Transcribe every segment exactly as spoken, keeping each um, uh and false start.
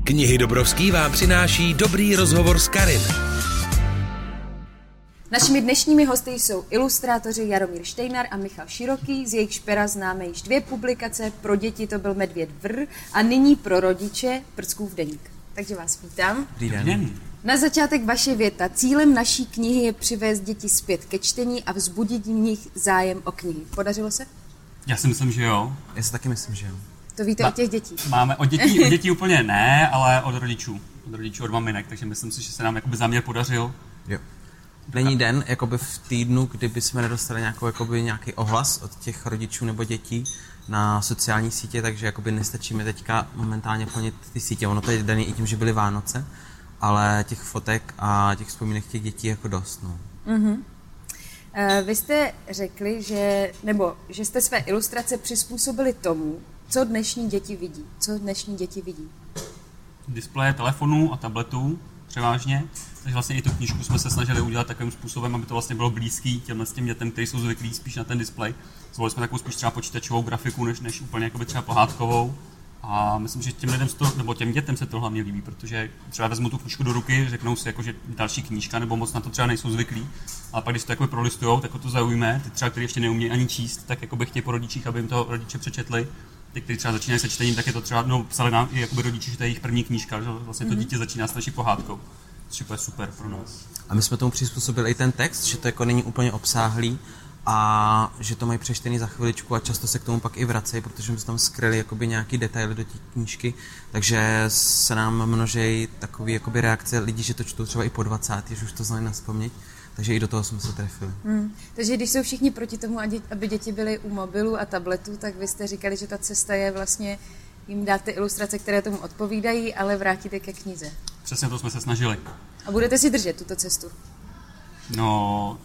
Knihy Dobrovský vám přináší dobrý rozhovor s Karin. Našimi dnešními hosty jsou ilustrátoři Jaromír Štejnar a Michal Široký, z jejichž pera známe již dvě publikace. Pro děti to byl Medvěd Vr a nyní pro rodiče Prckův deník. Takže vás vítám. Dobrý den. Na začátek vaše věta. Cílem naší knihy je přivést děti zpět ke čtení a vzbudit v nich zájem o knihy. Podařilo se? Já si myslím, že jo. Já si taky myslím, že jo. To víte Ma- od těch dětí? Máme od dětí, od dětí úplně ne, ale od rodičů. Od rodičů, od maminek, takže myslím si, že se nám jakoby záměr podařil. Jo. Není den jakoby v týdnu, kdyby jsme nedostali nějakou, jakoby, nějaký ohlas od těch rodičů nebo dětí na sociální sítě, takže jakoby nestačí mi teďka momentálně plnit ty sítě. Ono to je daný i tím, že byly Vánoce, ale těch fotek a těch vzpomínek těch dětí jako dost. No. Mm-hmm. Vy jste řekli, že, nebo, že jste své ilustrace přizpůsobili tomu, co dnešní děti vidí. Co dnešní děti vidí? Displeje telefonů a tabletů převážně. Takže vlastně i tu knížku jsme se snažili udělat takovým způsobem, aby to vlastně bylo blízký těmhle s těm dětem, kteří jsou zvyklí spíš na ten displej. Zvolili jsme takovou spíš třeba počítačovou grafiku, než, než úplně jakoby třeba pohádkovou. A myslím, že těm lidem to, nebo těm dětem se to hlavně líbí, protože třeba vezmu tu knížku do ruky, řeknou si, jako, že další knížka, nebo moc na to třeba nejsou zvyklí. Ale pak, když to takové prolistujou, tak to zaujme. Ty třeba, kteří ještě neumějí ani číst, tak jako by chtějí po rodičích, aby jim to rodiče přečetli. Ty, kteří třeba začínají se čtením, tak je to třeba, no, psali nám i jakoby rodiči, že to je jejich první knížka, že vlastně to dítě začíná s naší pohádkou. To je super pro nás. A my jsme tomu přizpůsobili i ten text, že to jako není úplně obsáhlý a že to mají přečtený za chviličku a často se k tomu pak i vracejí, protože my jsme tam skryli jakoby nějaký detaily do té knížky, takže se nám množejí takové jakoby reakce lidí, že to čtou třeba i po dvacátý, že už to znají nazpaměť, takže i do toho jsme se trefili. Hmm. Takže když jsou všichni proti tomu, aby děti byly u mobilu a tabletu, tak vy jste říkali, že ta cesta je vlastně jim dát ty ilustrace, které tomu odpovídají, ale vrátit je ke knize. Přesně to jsme se snažili. A budete si držet tuto cestu? No,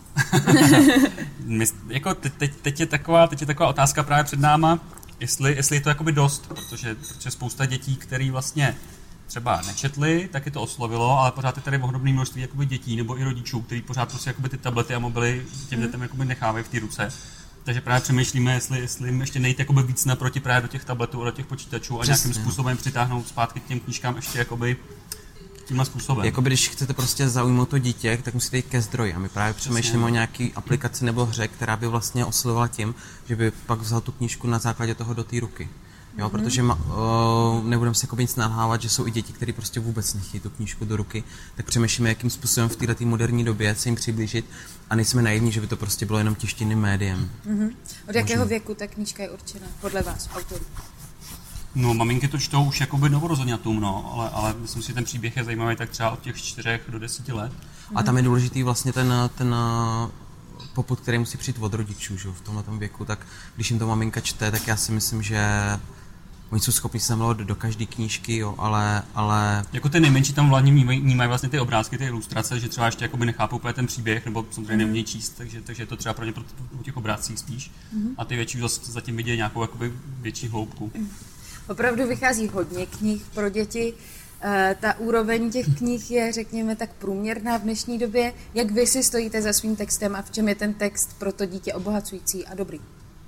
My, jako teď, teď, teď, je taková, teď je taková otázka právě před náma, jestli, jestli je to jakoby dost, protože, protože spousta dětí, který vlastně třeba nečetli, tak je to oslovilo, ale pořád je tady ohromné množství jakoby dětí nebo i rodičů, kteří pořád prostě jakoby ty tablety a mobily těm dětem jakoby nechávají v té ruce. Takže právě přemýšlíme, jestli, jestli jim ještě nejít jakoby víc naproti právě do těch tabletů a do těch počítačů a Přesně. nějakým způsobem přitáhnout zpátky k těm knížkám ještě jakoby tímhle způsobem. Jakoby když chcete prostě zaujmout to dítě, tak musíte jít ke zdroji. A my právě přemýšlíme o nějaký aplikaci nebo hře, která by vlastně oslovovala tím, že by pak vzal tu knížku na základě toho do té ruky. Jo, mm-hmm. Protože ma, o, nebudeme se jako nic nalhávat, že jsou i děti, které prostě vůbec nechtějí tu knížku do ruky, tak přemýšlíme, jakým způsobem v této moderní době se jim přiblížit a nejsme naivní, že by to prostě bylo jenom tištěným médiem. Mm-hmm. Od jakého věku ta knížka je určena, podle vás, autorů? No, maminky to čtou už jakoby novorozenatům, no, ale, ale myslím si, že ten příběh je zajímavý tak třeba od těch čtyřech do desíti let. A tam je důležitý vlastně ten, ten popud, který musí přijít od rodičů, že? V tomhle věku, tak když jim to maminka čte, tak já si myslím, že oni jsou schopni se zamlouvat do, do každé knížky, jo, ale, ale... Jako ty nejmenší tam vládně vnímají, vnímají vlastně ty obrázky, ty ilustrace, že třeba ještě jakoby nechápou úplně ten příběh, nebo samozřejmě neumějí číst, takže, takže je to třeba pro ně pro těch obrázcích spíš. Mm-hmm. A ty větší zatím vidějí nějakou jakoby větší hloubku. Opravdu vychází hodně knih pro děti. E, ta úroveň těch knih je, řekněme, tak průměrná v dnešní době. Jak vy si stojíte za svým textem a v čem je ten text pro to dítě obohacující a dobrý?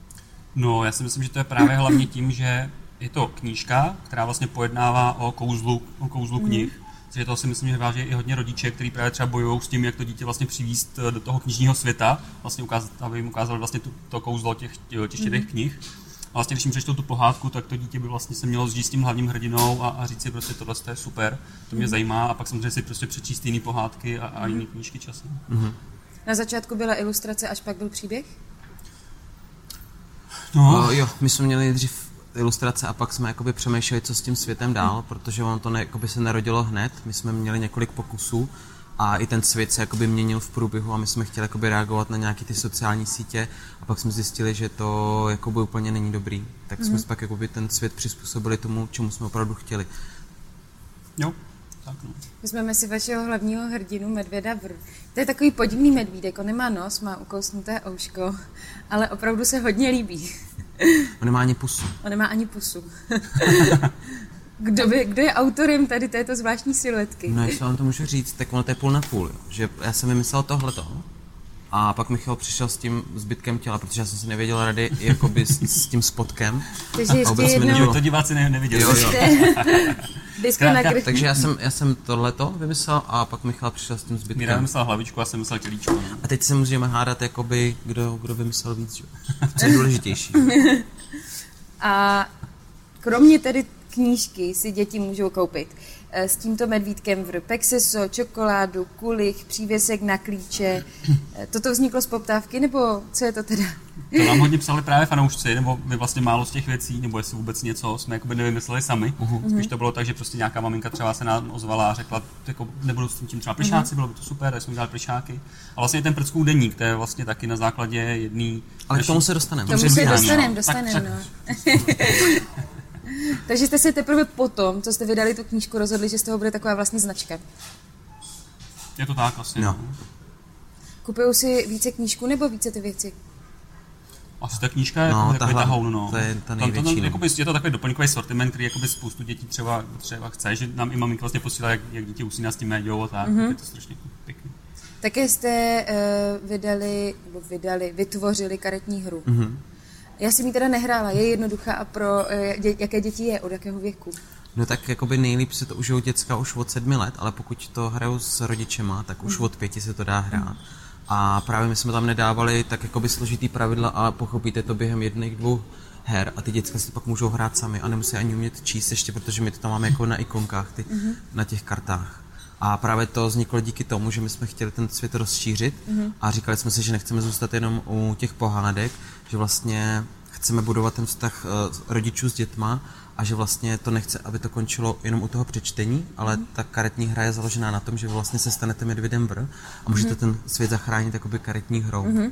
No, já si myslím, že to je právě hlavně tím, že je to knížka, která vlastně pojednává o kouzlu, o kouzlu mm. knih. Takže to si myslím, že váží i hodně rodiče, kteří právě třeba bojují s tím, jak to dítě vlastně přivízt do toho knižního světa, vlastně ukázat, aby jim ukázali vlastně tu, to kouzlo těch tištěných mm. knih. A vlastně, když jim přečtou tu pohádku, tak to dítě by vlastně se mělo zžít s tím hlavním hrdinou a, a říct si prostě tohle je super, to mě mm. zajímá a pak samozřejmě si prostě přečíst jiné pohádky a, a jiné knížky časem. Mm. Na začátku byla ilustrace, až pak byl příběh? No. O, jo, my jsme měli dřív ilustrace a pak jsme jakoby přemýšleli, co s tím světem dál, mm. protože on to ne, jakoby se narodilo hned, my jsme měli několik pokusů a i ten svět se jakoby měnil v průběhu a my jsme chtěli jakoby reagovat na nějaké ty sociální sítě a pak jsme zjistili, že to jakoby úplně není dobrý. Tak mm. jsme si pak jakoby ten svět přizpůsobili tomu, čemu jsme opravdu chtěli. Jo, tak no. Vezmeme si vašeho hlavního hrdinu Medvěda Vr. To je takový podivný medvídek, on nemá nos, má ukousnuté ouško, ale opravdu se hodně líbí. On nemá ani pusu. On nemá ani pusu. Kdo, by, kdo je autorem tady této zvláštní siluetky? No, jestli vám to můžu říct, tak ono to je půl na půl, jo. Že já jsem vymyslel tohleto A pak Michal přišel s tím zbytkem těla, protože já jsem si nevěděl rady jakoby s, s tím spodkem. Takže ještě jednou... Nedělo. To diváci ne, neviděli. Jo, jo. Takže já jsem, já jsem tohleto vymyslel a pak Michal přišel s tím zbytkem. Míra vymyslel hlavičku a jsem myslel tělíčko. Ne? A teď se můžeme hádat, jakoby, kdo, kdo vymyslel víc, jo? Co je důležitější. A kromě tedy knížky si děti můžou koupit s tímto medvídkem v Pexeso, čokoládu, kulich, přívěsek na klíče. Toto vzniklo z poptávky, nebo co je to teda? To nám hodně psali právě fanoušci, nebo my vlastně málo z těch věcí, nebo jestli vůbec něco jsme jakoby nevymysleli sami. Uh-huh. Spíš to bylo tak, že prostě nějaká maminka třeba se nám ozvala a řekla, jako nebudu s tím třeba plišáci, uh-huh. bylo by to super, tak jsme udělali plišáky. A vlastně ten Prckův deník, to je vlastně taky na základě jedný... Ale k tomu se dostaneme. K tomu se dostaneme, dostaneme, no. Takže jste se teprve potom, co jste vydali tu knížku, rozhodli, že z toho bude taková vlastně značka. Je to tak asi. No. Kupujou si více knížku nebo více ty věci? Asi ta knížka je no, jako takový tahoun, no. To je ta největší. Tam, tam, jakoby, je to takový doplňkový sortiment, který jakoby spoustu dětí třeba, třeba chce, že nám i maminky vlastně posílá, jak, jak děti usíná s tím médiou a tak. Mm-hmm. Je to strašně pěkný. Také jste uh, vydali, nebo vydali, vytvořili karetní hru. Mm-hmm. Já jsem ji teda nehrála, je jednoduchá a pro dě, jaké děti je, od jakého věku? No tak jakoby nejlíp se to užijou děcka už od sedmi let, ale pokud to hrajou s rodičema, tak už mm. od pěti se to dá hrát. Mm. A právě my jsme tam nedávali tak jakoby složitý pravidla a pochopíte to během jedných, dvou her a ty děcka si to pak můžou hrát sami a nemusí ani umět číst ještě, protože my to tam máme jako na ikonkách, ty, mm. na těch kartách. A právě to vzniklo díky tomu, že my jsme chtěli ten svět rozšířit mm. a říkali jsme si, že nechceme zůstat jenom u těch pohádek, že vlastně chceme budovat ten vztah uh, rodičů s dětma a že vlastně to nechce, aby to končilo jenom u toho přečtení, ale mm. ta karetní hra je založená na tom, že vy vlastně se stanete medvědem vr a můžete mm. ten svět zachránit jakoby karetní hrou. Mm. Uh,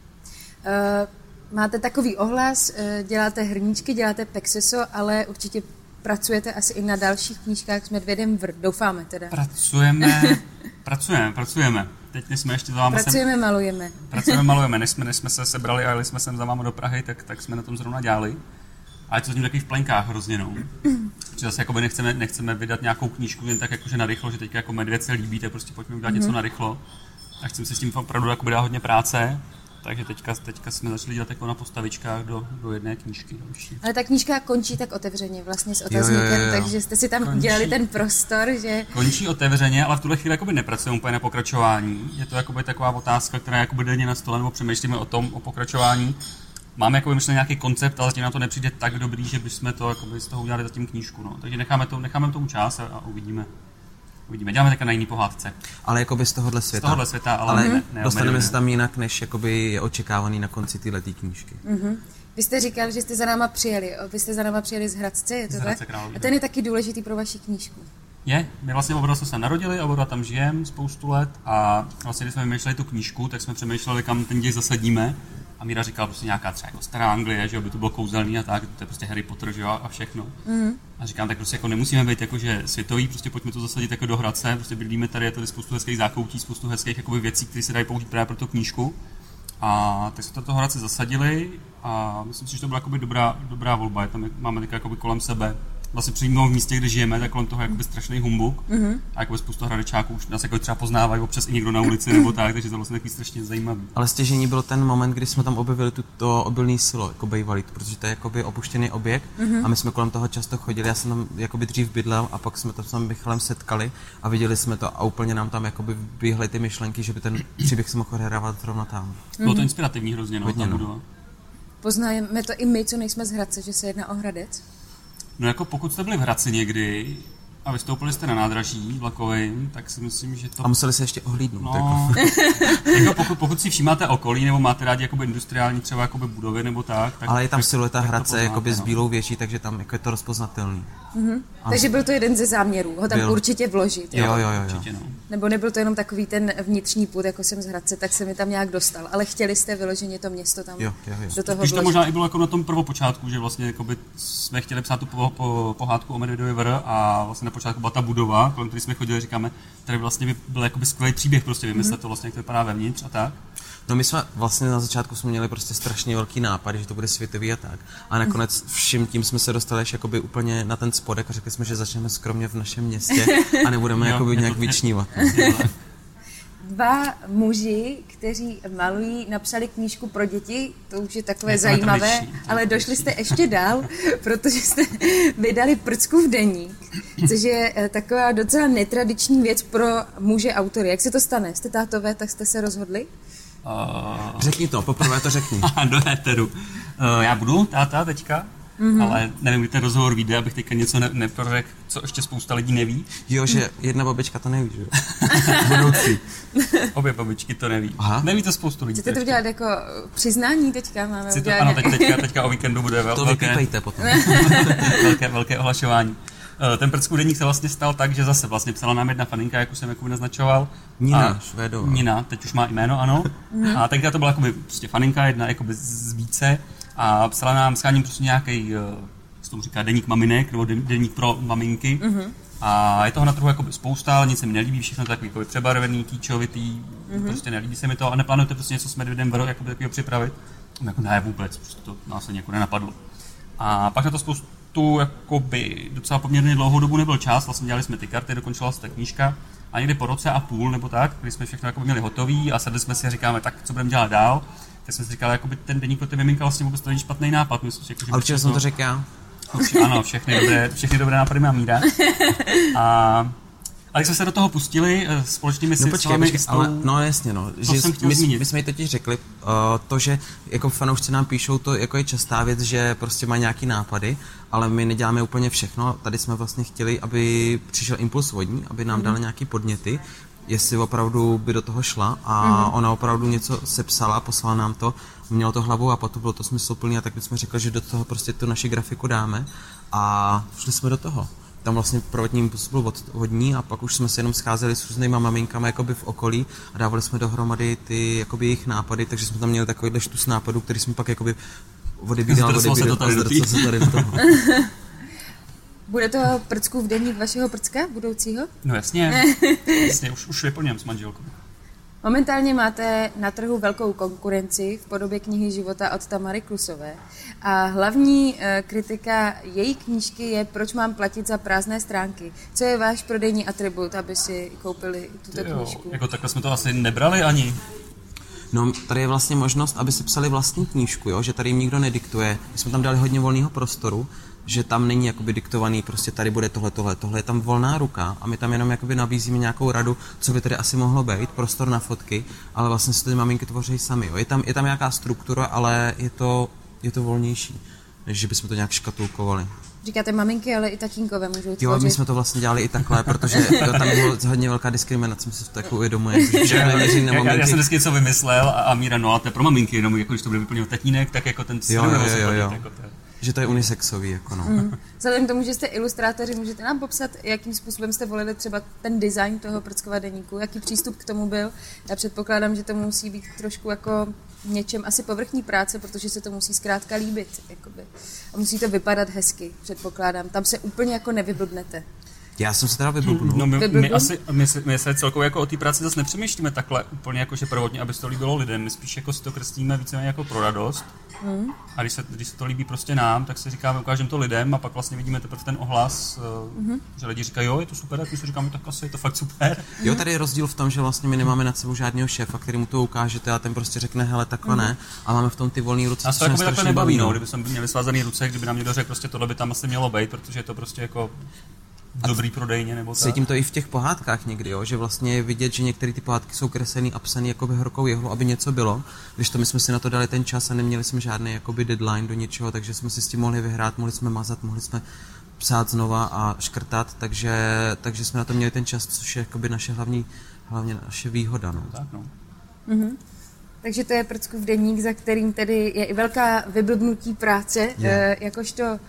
máte takový ohlas, uh, děláte hrníčky, děláte Pexeso, ale určitě pracujete asi i na dalších knížkách s medvědem vr, doufáme teda. Pracujeme, pracujeme, pracujeme. Teď jsme ještě za váma Pracujeme, sem, malujeme. Pracujeme, malujeme. Než jsme, než jsme se sebrali a jeli jsme sem za váma do Prahy, tak, tak jsme na tom zrovna dělali. A je to zatím takových plenkách hrozně, no. Že zase jakoby nechceme, nechceme vydat nějakou knížku jen tak jakože narychlo, že teď jako medvěd se líbí, tak prostě pojďme udělat mm-hmm. něco narychlo. A chceme si s tím opravdu jakoby dát hodně práce. Takže teďka, teďka jsme začali dělat jako na postavičkách do, do jedné knížky další. Ale ta knížka končí tak otevřeně vlastně s otazníkem, jo, jo, jo. takže jste si tam končí, udělali ten prostor, že... Končí otevřeně, ale v tuhle chvíli jakoby nepracujeme úplně na pokračování. Je to jakoby taková otázka, která je jakoby denně na stole, nebo přemýšlíme o tom, o pokračování. Máme jakoby myšlený nějaký koncept, ale zatím nám to nepřijde tak dobrý, že bychom to jakoby z toho udělali zatím knížku. No. Takže necháme, to, necháme tomu čas a, a uvidíme. Uvidíme, děláme také na jiný pohádce. Ale jakoby z tohohle světa. Z tohohle světa, ale, ale ne, ne, dostaneme se tam jinak, než jakoby je očekávaný na konci této knížky. Mm-hmm. Vy jste říkal, že jste za náma přijeli. Vy jste za náma přijeli z Hradce, je to z tak? A ten je taky důležitý pro vaši knížku. Je, my vlastně oba jsme se narodili a oba tam žijeme spoustu let a vlastně když jsme vymýšleli tu knížku, tak jsme přemýšleli, kam ten děj zasadíme. A Míra říkala prostě nějaká třeba jako stará Anglie, že by to bylo kouzelný a tak, to je prostě Harry Potter, že jo, a všechno. Mm. A říkám, tak prostě jako nemusíme být jakože světový, prostě pojďme to zasadit jako do Hradce, prostě bydlíme tady, je tady spoustu hezkých zákoutí, spoustu hezkých jakoby věcí, které se dají použít právě pro tu knížku. A tak jsme to toho Hradce zasadili a myslím si, že to byla jakoby dobrá, dobrá volba, je tam máme tak jakoby kolem sebe. Vlastně přímo v místě, kde žijeme, tak kolem toho je jakoby strašný humbuk mm-hmm. a jakoby spoustu hradečáků už nás jako třeba poznávají občas i někdo na ulici nebo tak, takže to vlastně takový strašně zajímavý. Ale stěžení byl ten moment, kdy jsme tam objevili to obilné silo, jako bývalý, protože to je jakoby opuštěný objekt mm-hmm. a my jsme kolem toho často chodili, já jsem tam jakoby dřív bydlel a pak jsme to s tím Michalem setkali a viděli jsme to a úplně nám tam jakoby běhly ty myšlenky, že by ten příběh se mohl odehrávat zrovna tam. Mm-hmm. Bylo to inspirativní hrozně, no, hodně, ta no. budova. Poznáme to i my, co nejsme z Hradce, že se jedná o Hradec? No jako pokud jste byli v Hradci někdy a vystoupili jste na nádraží vlakovým, tak si myslím, že to... A museli se ještě ohlídnout. No, jako. jako pokud, pokud si všímáte okolí, nebo máte rádi jakoby industriální třeba jakoby budovy nebo tak... tak ale je tam tak, silueta tak Hradce jakoby no. s bílou větší, takže tam jako je to rozpoznatelný. Mm-hmm. Takže byl to jeden ze záměrů, ho tam byl. určitě vložit. Jo, jo, jo. jo. Určitě, no. Nebo nebyl to jenom takový ten vnitřní půd, jako jsem z Hradce, tak se mi tam nějak dostal. Ale chtěli jste vyloženě to město tam jo, jo, jo. do toho Když to vložit. možná i bylo jako na tom prvopočátku, že vlastně jakoby jsme chtěli psát tu po, po, pohádku o medvědovi vr a vlastně na počátku byla ta budova, kolem které jsme chodili, říkáme, tady vlastně by byl jakoby skvělý příběh, prostě vymyslet mm-hmm. to vlastně, jak to vypadá vevnitř a tak. No my jsme vlastně na začátku jsme měli prostě strašně velký nápad, že to bude světový a tak. A nakonec vším tím jsme se dostali až jakoby úplně na ten spodek a řekli jsme, že začneme skromně v našem městě a nebudeme jo, jakoby nějak to, vyčnívat. dva muži, kteří malují, napsali knížku pro děti, to už je takové je to zajímavé, netradiční, ale došli jste ještě dál, protože jste vydali Prckův deník, což je taková docela netradiční věc pro muže autory. Jak se to stane? Jste tátové, tak jste se rozhodli? Uh... Řekni to, poprvé to řekni. Do éteru. Uh, já budu táta teďka, mm-hmm. ale nevím, kdy ten rozhovor vyjde, abych teďka něco ne- neprořekl, co ještě spousta lidí neví. Jo, že jedna babička to neví, že jo? Budoucí. Obě babičky to neví. Aha. Neví to spoustu lidí. Chcete to udělat jako přiznání teďka? Máme to, udělat... ano, teď, teďka, teďka o víkendu bude vel, to velké, vypípejte potom. velké, velké ohlašování. Ten Prckův deník se vlastně stal tak, že zase vlastně psala nám jedna faninka, jak už jsem jakoby naznačoval. Nina Švédová. Nina, teď už má jméno, ano. A tenkrát to byla jakoby prostě faninka, jedna jakoby z více. A psala nám, scháním prostě nějaký, jak se tomu říká, deník maminek, nebo deník pro maminky. Mm-hmm. A je toho na trhu jakoby spousta, ale nic se mi nelíbí, všechno to takový přebarvený, kýčovitý, mm-hmm. prostě nelíbí se mi to a neplánujete prostě něco s medvědem jakoby takového připravit. Jako ne vůbec, prostě to nás ani jako nenapadlo. A pak na to spoustu jakoby docela poměrně dlouhou dobu nebyl čas, vlastně dělali jsme ty karty, dokončila se ta knížka a někdy po roce a půl nebo tak, kdy jsme všechno jakoby měli hotový a sedli jsme si a říkáme, tak co budeme dělat dál. Tak jsme si říkali, jakoby ten deník pro ty miminka vlastně vůbec to není špatný nápad. Myslím, že, ale určitě jsem to řekl já. Určitě, ano, všechny dobré, všechny dobré nápady má Míra. A ale jsme se do toho pustili společnými no, silami. Počkej, ale, no jasně, no. Že my, my jsme jí totiž řekli, uh, to, že jako fanoušci nám píšou, to jako je častá věc, že prostě mají nějaký nápady, ale my neděláme úplně všechno. Tady jsme vlastně chtěli, aby přišel Impuls vodní, aby nám mm. dali nějaký podněty, jestli opravdu by do toho šla a mm. ona opravdu něco sepsala, poslala nám to, mělo to hlavu a potom bylo to smysluplný a tak bychom řekli, že do toho prostě tu naši grafiku dáme a šli jsme do toho. Tam vlastně prvotní impuls byl hodní a pak už jsme se jenom scházeli s různýma maminkama jakoby v okolí a dávali jsme dohromady ty jakoby jejich nápady, takže jsme tam měli takovýhle štus nápadů, který jsme pak jakoby odebídali, odebídali a zdrcel se tady do toho. Bude to Prckův deník vašeho Prcka budoucího? No jasně, jasně už, už je po něm s manželkou. Momentálně máte na trhu velkou konkurenci v podobě knihy života od Tamary Klusové a hlavní e, kritika její knížky je, proč mám platit za prázdné stránky. Co je váš prodejní atribut, aby si koupili tuto jo, knížku? Jako takhle jsme to asi nebrali ani. No, tady je vlastně možnost, aby si psali vlastní knížku, jo? Že tady jim nikdo nediktuje. My jsme tam dali hodně volného prostoru, že tam není jakoby diktovaný, prostě tady bude tohle, tohle, tohle je tam volná ruka a my tam jenom jakoby nabízíme nějakou radu, co by tady asi mohlo být, prostor na fotky, ale vlastně si ty maminky tvoří sami, jo. Je tam, je tam nějaká struktura, ale je to, je to volnější, než že bychom to nějak škatulkovali. Říkáte maminky, ale i tatínkové můžou tvořit. Jo, my jsme to vlastně dělali i takhle, protože jo, tam bylo hodně velká diskriminace, my se to tak uvědomujeme. Já, já, já jsem vždycky něco vymyslel a, a Míra, no a to je pro maminky, jenom jako když to bude vyplňovat tatínek, tak jako ten jo, jo, jo, jo, jo. Jako to je. Že to je unisexový, jako no. Mm. Vzhledem k tomu, že jste ilustrátoři, můžete nám popsat, jakým způsobem jste volili třeba ten design toho Prckova deníku, jaký přístup k tomu byl? Já předpokládám, že to musí být trošku jako něčem asi povrchní práce, protože se to musí zkrátka líbit, jakoby. A musí to vypadat hezky, předpokládám. Tam se úplně jako nevyblbnete. Já jsem se teda vyblbnul. No my, my, asi, my, my se celkově jako o té práci zase nepřemýšlíme takhle úplně jako, že prvotně, aby se to líbilo lidem. My spíš jako si to kreslíme víceméně jako pro radost. Hmm. A když se, když se to líbí prostě nám, tak si říkáme, ukážeme to lidem a pak vlastně vidíme teprve ten ohlas, hmm. že lidi říkají, jo, je to super, tak my si říkáme, tak asi je to fakt super. Jo, tady je rozdíl v tom, že vlastně my nemáme nad sebou žádného šéfa, který mu to ukážete a ten prostě řekne, hele, takhle hmm. ne, a máme v tom ty volné ruce. A to jako takhle nebaví, no, kdyby jsme měli svázané ruce, kdyby nám někdo řekl, prostě tohle by tam asi mělo být, protože je to prostě jako dobrý prodejně nebo tak. Cítím to i v těch pohádkách někdy, jo, že vlastně je vidět, že některé ty pohádky jsou kreslený a psaný jakoby horkou jehlu, aby něco bylo. Když to my jsme si na to dali ten čas a neměli jsme žádný jakoby deadline do něčeho, takže jsme si s tím mohli vyhrát, mohli jsme mazat, mohli jsme psát znova a škrtat, takže, takže jsme na to měli ten čas, což je jakoby naše hlavní, hlavně naše výhoda. No. Tak, no. Mm-hmm. Takže to je Prckův deník, za kterým tedy je i velká vyblbnutí práce, yeah. uh, jakožto uh,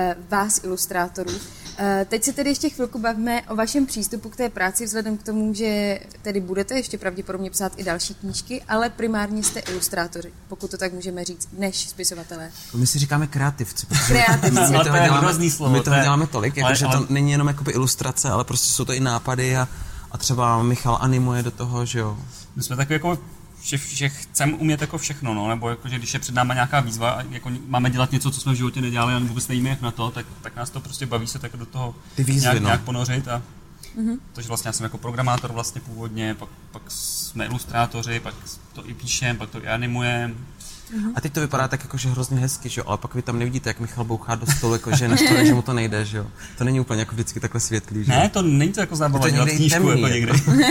vás ilustrátorů. Uh, teď se tedy ještě chvilku bavíme o vašem přístupu k té práci, vzhledem k tomu, že tedy budete ještě pravděpodobně psát i další knížky, ale primárně jste ilustrátoři, pokud to tak můžeme říct, než spisovatelé. My si říkáme kreativci. Kreativci. My toho děláme, slovo, my toho je... děláme tolik, jako, ale, že to ale... není jenom jakoby ilustrace, ale prostě jsou to i nápady a, a třeba Michal animuje do toho, že jo. My jsme takový jako že, že chceme umět jako všechno, no, nebo jako, že když je před náma nějaká výzva a jako máme dělat něco, co jsme v životě nedělali a vůbec nevíme jak na to, tak, tak nás to prostě baví se tak do toho Ty výzvy, nějak, no. nějak ponořit a Mm-hmm. Takže vlastně já jsem jako programátor vlastně původně, pak, pak jsme ilustrátoři, pak to i píšem, pak to i animujeme. Mm-hmm. A teď to vypadá tak jakože hrozně hezky, že jo, ale pak vy tam nevidíte, jak Michal bouchá do stolu, jakože neštve, že mu to nejde, že jo. To není úplně jako vždycky takhle světlý, že jo. Ne, to není to jako zábava dělat knížku, jako někdy.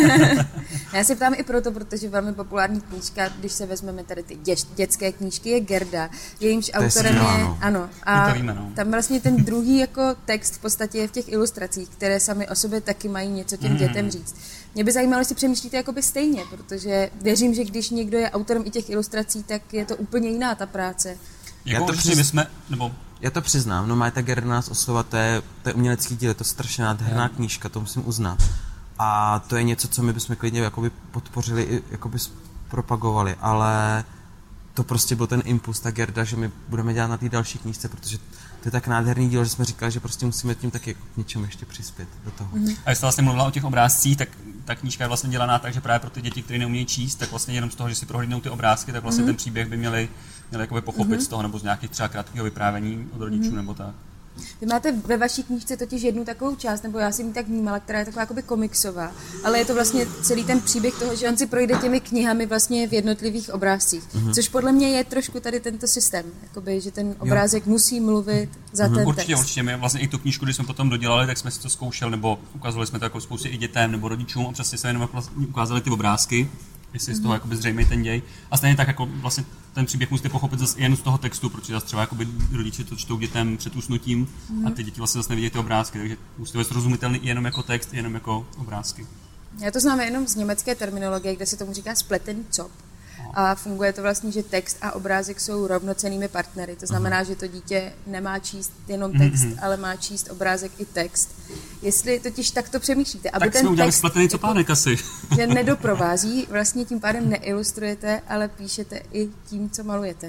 Já si ptám i proto, protože velmi populární knížka, když se vezmeme tady ty dě, dětské knížky, je Gerda. Jejímž to autorem je, ano. ano. A to víme, no. Tam vlastně ten druhý jako text v podstatě je v těch ilustracích, které sami o sobě taky mají něco těm mm. dětem říct. Mě by zajímalo, jestli přemýšlíte jakoby stejně, protože věřím, že když někdo je autorem i těch ilustrací, tak je to úplně jiná ta práce. Jako to přiz... my jsme, nebo... Já to přiznám, no Majta Gerda nás oslova, to je, to je umělecký díl, je to strašně nádherná yeah. knížka, to musím uznat. A to je něco, co my bychom klidně jakoby podpořili i jakoby propagovali, ale to prostě byl ten impuls, ta Gerda, že my budeme dělat na té další knížce, protože to je tak nádherný dílo, že jsme říkali, že prostě musíme tím taky k něčemu ještě přispět do toho. Mm-hmm. A jestli vlastně mluvila o těch obrázcích, tak ta knížka je vlastně dělaná tak, že právě pro ty děti, které neumějí číst, tak vlastně jenom z toho, že si prohlídnou ty obrázky, tak vlastně mm-hmm. ten příběh by měli, měli jakoby pochopit mm-hmm. z toho, nebo z nějakých třeba krátkého vyprávění od rodičů mm-hmm. nebo tak. Vy máte ve vaší knížce totiž jednu takovou část, nebo já jsem ji tak vnímala, která je taková jakoby komiksová, ale je to vlastně celý ten příběh toho, že on si projde těmi knihami vlastně v jednotlivých obrázcích, mm-hmm. což podle mě je trošku tady tento systém, jakoby, že ten obrázek jo. musí mluvit za mm-hmm. ten určitě, text. Určitě, my vlastně i tu knížku, když jsme potom dodělali, tak jsme si to zkoušeli, nebo ukázali jsme to jako spoustě i dětem nebo rodičům a přesně jsme jenom ukázali ty obrázky, jestli mm-hmm. z toho jakoby zřejmě ten děj. A stejně tak jako vlastně ten příběh musíte pochopit zase jen z toho textu, protože zase třeba jakoby rodiče to čtou dětem před usnutím mm-hmm. a ty děti vlastně zase nevidí ty obrázky, takže musíte být srozumitelný jenom jako text, jenom jako obrázky. Já to znám jenom z německé terminologie, kde se tomu říká spletený cop. A funguje to vlastně, že text a obrázek jsou rovnocennými partnery. To znamená, uh-huh. že to dítě nemá číst jenom text, uh-huh. ale má číst obrázek i text. Jestli totiž takto přemýšlíte, aby tak ten jsme udělali text spletený copánek asi. Že nedoprovází, vlastně tím pádem neilustrujete, ale píšete i tím, co malujete.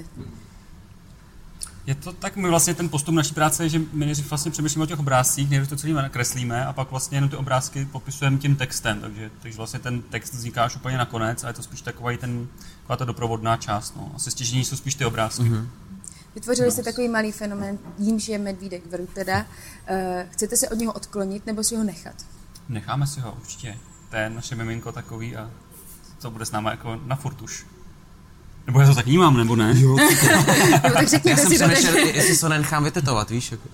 Je to tak, my vlastně ten postup naší práce je, že my nejdřív vlastně přemýšlíme o těch obrázcích, nejdřív to celý nakreslíme a pak vlastně jenom ty obrázky popisujeme tím textem, takže, takže vlastně ten text vzniká až úplně nakonec a je to spíš takový ten, taková ta doprovodná část, no. Asi stěžení jsou spíš ty obrázky. Mm-hmm. Vytvořili jste takový malý fenomén, jímž je medvídek vrů teda. Uh, chcete se od něho odklonit nebo si ho nechat? Necháme si ho určitě. To je naše miminko takový a to bude s náma jako na furt už. Nebo já to tak vnímám, nebo ne? Jo, no, tak řekněte já si jsem to přemýšlel, jestli se ho nenechám vytetovat, víš? Jako.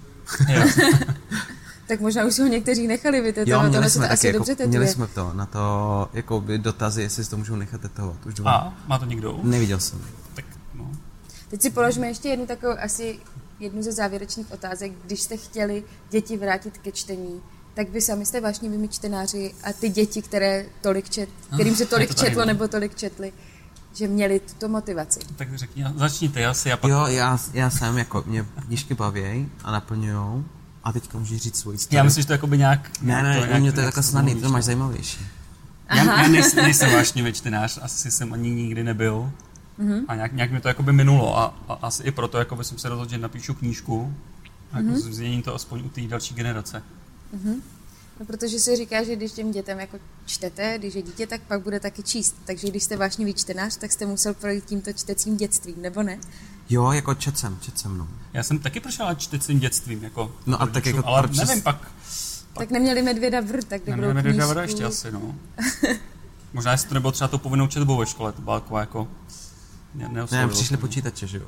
Tak možná už si ho někteří nechali vytetovat, jo, měli ale jsme se to asi jako, dobře tetuje. Měli jsme to na to jako by dotazy, jestli si to můžou nechat tetovat. Už a, má to někdo? Neviděl jsem. Tak, no. Teď si položíme ještě jednu takovou, asi jednu ze závěrečných otázek. Když jste chtěli děti vrátit ke čtení, tak vy sami jste vášniví čtenáři a ty děti, které tolik čet, kterým se tolik to četlo nebo tolik četli, že měli tuto motivaci. Tak řekni, začněte asi a pak... Jo, já, já jsem, jako, mě knížky bavějí a naplňujou a teďka můžeš říct svoji story. Já myslím, že to jakoby nějak... Ne, ne, to, u mě to je takhle snadný, to máš zajímavější. Já, já nejsem, nejsem vášnivý čtenář, asi jsem ani nikdy nebyl mm-hmm. a nějak, nějak mi to jakoby minulo a, a asi i proto jakoby jsem se rozhodl, že napíšu knížku a jako mm-hmm. změním to aspoň u té další generace. Mm-hmm. No, protože si říká, že když těm dětem jako čtete, když je dítě, tak pak bude taky číst. Takže když jste vášnivý čtenář, tak jste musel projít tímto čtecím dětstvím, nebo ne? Jo, jako čet jsem, čet jsem, no. Já jsem taky prošel čtecím dětstvím, jako no a tak jako ale proč nevím, pak, pak... Tak neměli medvěda vr, tak kde budou medvěda vr ještě asi, no. Možná, jestli to nebylo třeba tou povinnou četbou ve škole, to byla taková jako... Ne, ne přišli počítače, že jo?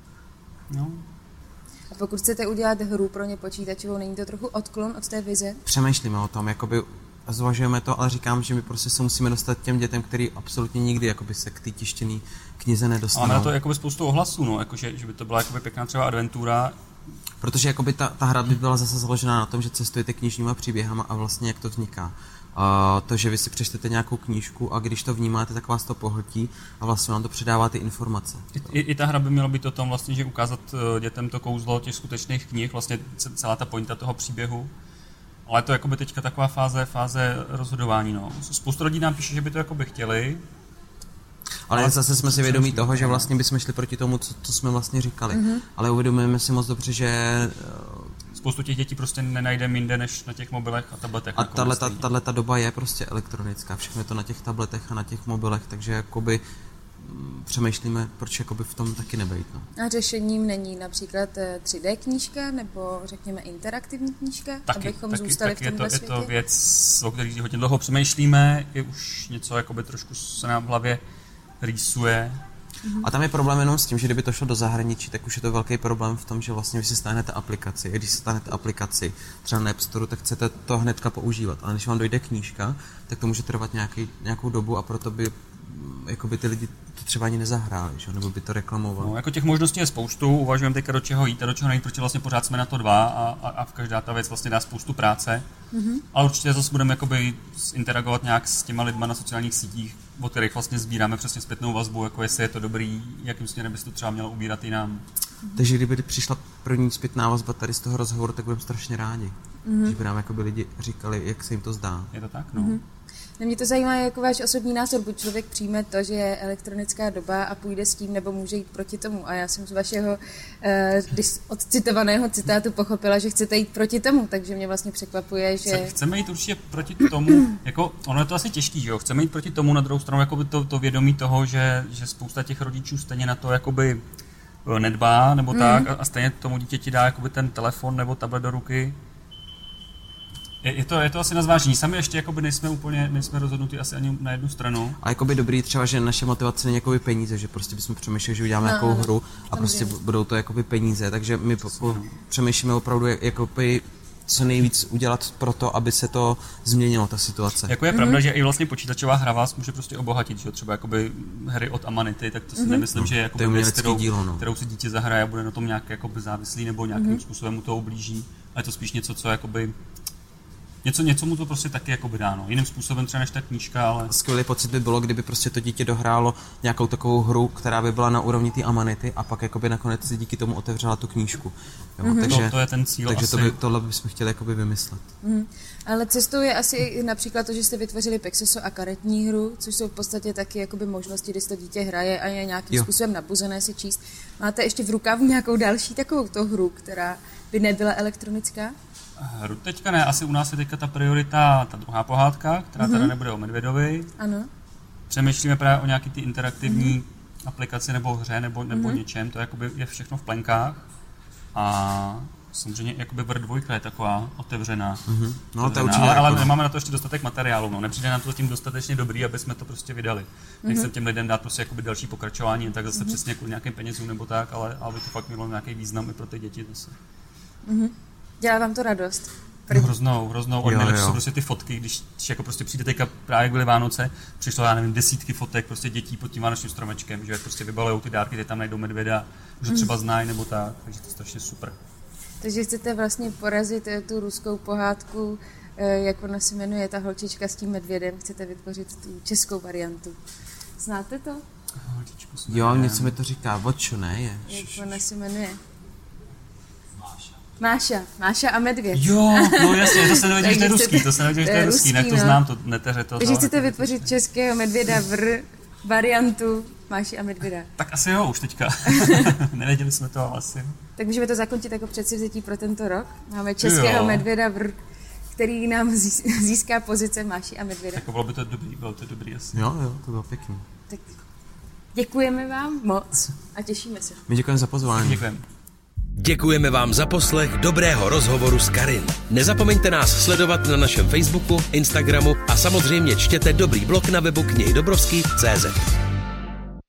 No. A pokud chcete udělat hru pro ně počítačovou, není to trochu odklon od té vize? Přemýšlíme o tom, jakoby zvažujeme to, ale říkám, že my prostě se musíme dostat těm dětem, který absolutně nikdy jakoby se k té tištěné knize nedostanou. Ale na to je jakoby spoustu ohlasů, no, jakože, že by to byla jakoby pěkná třeba adventura. Protože jakoby ta, ta hra by byla zase založená na tom, že cestujete knižníma příběhama a vlastně jak to vzniká. Uh, to, že vy si přečtete nějakou knížku a když to vnímáte, tak vás to pohltí a vlastně vám to předává ty informace. I, i ta hra by měla být o tom vlastně, že ukázat dětem to kouzlo těch skutečných knih, vlastně celá ta pointa toho příběhu. Ale to je jakoby teďka taková fáze, fáze rozhodování. No. Spoustu lidí nám píše, že by to jakoby chtěli. Ale, ale zase jsme si vědomí toho, že vlastně bychom šli proti tomu, co, co jsme vlastně říkali. Mm-hmm. Ale uvědomujeme si moc dobře, že... Spoustu těch dětí prostě nenajdeme jinde než na těch mobilech a tabletech. A tato doba je prostě elektronická, všechno je to na těch tabletech a na těch mobilech, takže jakoby přemýšlíme, proč jakoby v tom taky nebejt. No. A řešením není například tři dé knížka nebo řekněme interaktivní knížka, taky, abychom taky, zůstali taky v tomhle je to, světě? Je to věc, o které hodně dlouho přemýšlíme, je už něco jakoby trošku se nám v hlavě rýsuje. A tam je problém jenom s tím, že kdyby to šlo do zahraničí, tak už je to velký problém v tom, že vlastně vy si stáhnete aplikaci. A když si stáhnete aplikaci třeba na App Store, tak chcete to hnedka používat. Ale když vám dojde knížka, tak to může trvat nějaký, nějakou dobu a proto by jakoby ty lidi to třeba ani nezahráli, že? Nebo by to reklamovali. No, jako těch možností je spoustu, uvažujeme teďka do čeho jít a do čeho nejít, protože vlastně pořád jsme na to dva a, a, a v každá ta věc vlastně dá spoustu práce. Mm-hmm. Ale určitě zase budeme jakoby interagovat nějak s těma lidma na sociálních sítích, o kterých vlastně sbíráme přesně zpětnou vazbu, jako jestli je to dobrý, jakým směrem by se to třeba mělo ubírat jinam. Takže kdyby přišla první zpětná vazba tady z toho rozhovoru, tak budeme strašně rádi. Mm-hmm. Že by nám jakoby lidi říkali, jak se jim to zdá. Je to tak? No. Mm-hmm. No, mě to zajímá jako váš osobní názor, buď člověk přijme to, že je elektronická doba a půjde s tím, nebo může jít proti tomu. A já jsem z vašeho eh, odcitovaného citátu pochopila, že chcete jít proti tomu, takže mě vlastně překvapuje, že... Chceme jít určitě proti tomu, jako ono je to asi těžký, že jo, chceme jít proti tomu, na druhou stranu jakoby to, to vědomí toho, že, že spousta těch rodičů stejně na to jakoby nedbá, nebo tak, mm. a stejně tomu dítěti dá jakoby ten telefon nebo tablet do ruky. Je, je, to, je to asi na zvážení. Sami ještě jakoby nejsme úplně, nejsme rozhodnutí asi ani na jednu stranu. A jakoby dobrý třeba, že naše motivace není jakoby peníze, že prostě bychom přemýšleli, že uděláme no, nějakou hru a prostě je. budou to jakoby peníze, takže my po, po, přemýšlíme opravdu jakoby co nejvíc udělat pro to, aby se to změnilo, ta situace. Jako je mm-hmm. pravda, že i vlastně počítačová hra vás může prostě obohatit, že třeba jakoby hry od Amanity, tak to si mm-hmm. nemyslím, no, že je jakoby věc, kterou, dílo, no. kterou si dítě zahraje a bude na tom nějak jakoby závislý nebo nějakým mm-hmm. způsobem mu to ublíží. A je to spíš něco, co jakoby Něco, něco mu to prostě taky jakoby dáno. Jiným způsobem třeba než ta knížka, ale... Skvělý pocit by bylo, kdyby prostě to dítě dohrálo nějakou takovou hru, která by byla na úrovni té Amanity a pak jakoby nakonec si díky tomu otevřela tu knížku. Jo, mm-hmm. takže, to, to je ten cíl takže asi. To by, tohle bychom chtěli jakoby vymyslet. Mm. Ale cestou je asi například to, že jste vytvořili Pexeso a karetní hru, což jsou v podstatě taky jakoby možnosti, kdy to dítě hraje a je nějakým jo. způsobem nabuzené si číst. Máte ještě v rukávu nějakou další takovou to hru, která by nebyla elektronická? Hru teďka ne, asi u nás je teďka ta priorita, ta druhá pohádka, která mm-hmm. teda nebude o medvědovi. Ano. Přemýšlíme právě o nějaký ty interaktivní mm-hmm. aplikaci nebo hře nebo, nebo mm-hmm. něčem, to jakoby je všechno v plenkách. A samozřejmě jakoby Vr dvojka je taková otevřená. Mm-hmm. No, otevřená ale, ale nemáme na to ještě dostatek materiálu, no. Nepřijde nám to tím dostatečně dobrý, aby jsme to prostě vydali. Mm-hmm. Nechcem těm lidem dát prostě jakoby další pokračování, tak zase mm-hmm. přesně kvůli nějakým penězům nebo tak, ale aby to fakt mělo nějaký význam i pro ty děti zase. Mm-hmm. Dělá vám to radost? No, hroznou, hroznou. Odměle, jsou prostě ty fotky, když, když jako prostě přijde teďka právě jak byly Vánoce, přišlo, já nevím, desítky fotek prostě dětí pod tím vánočním stromečkem, že prostě vybalujou ty dárky, ty tam najdou medvěda, že třeba znají nebo tak, takže to je strašně super. Takže chcete vlastně porazit tu ruskou pohádku, jak ona se jmenuje, ta holčička s tím medvědem, chcete vytvořit tu českou variantu. Znáte to? Jo, něco mi to říká, Vočo, ne? Je. Jak ona se jmenuje? Máša, Máša a medvěd. Jo, no jasně, to se nevěděl, že to je ruský, to se nevěděl, že to je ruský, jinak to znám, to neteře to. Takže chcete vytvořit českého medvěda Vr variantu Máši a medvěda. Tak asi jo, už teďka. Nevěděli jsme to, ale asi. Tak můžeme to zakončit jako předsevzetí pro tento rok. Máme českého jo. medvěda Vr, který nám získá pozice Máši a medvěda. Tak bylo by to dobrý, bylo to dobrý asi. Jo, jo, to bylo pěkný. Tak děkujeme vám moc a těšíme se. My děkujeme za pozvání. Děkujeme. Děkujeme vám za poslech dobrého rozhovoru s Karin. Nezapomeňte nás sledovat na našem Facebooku, Instagramu a samozřejmě čtěte Dobrý blog na webu knihy dobrovský tečka cé zet.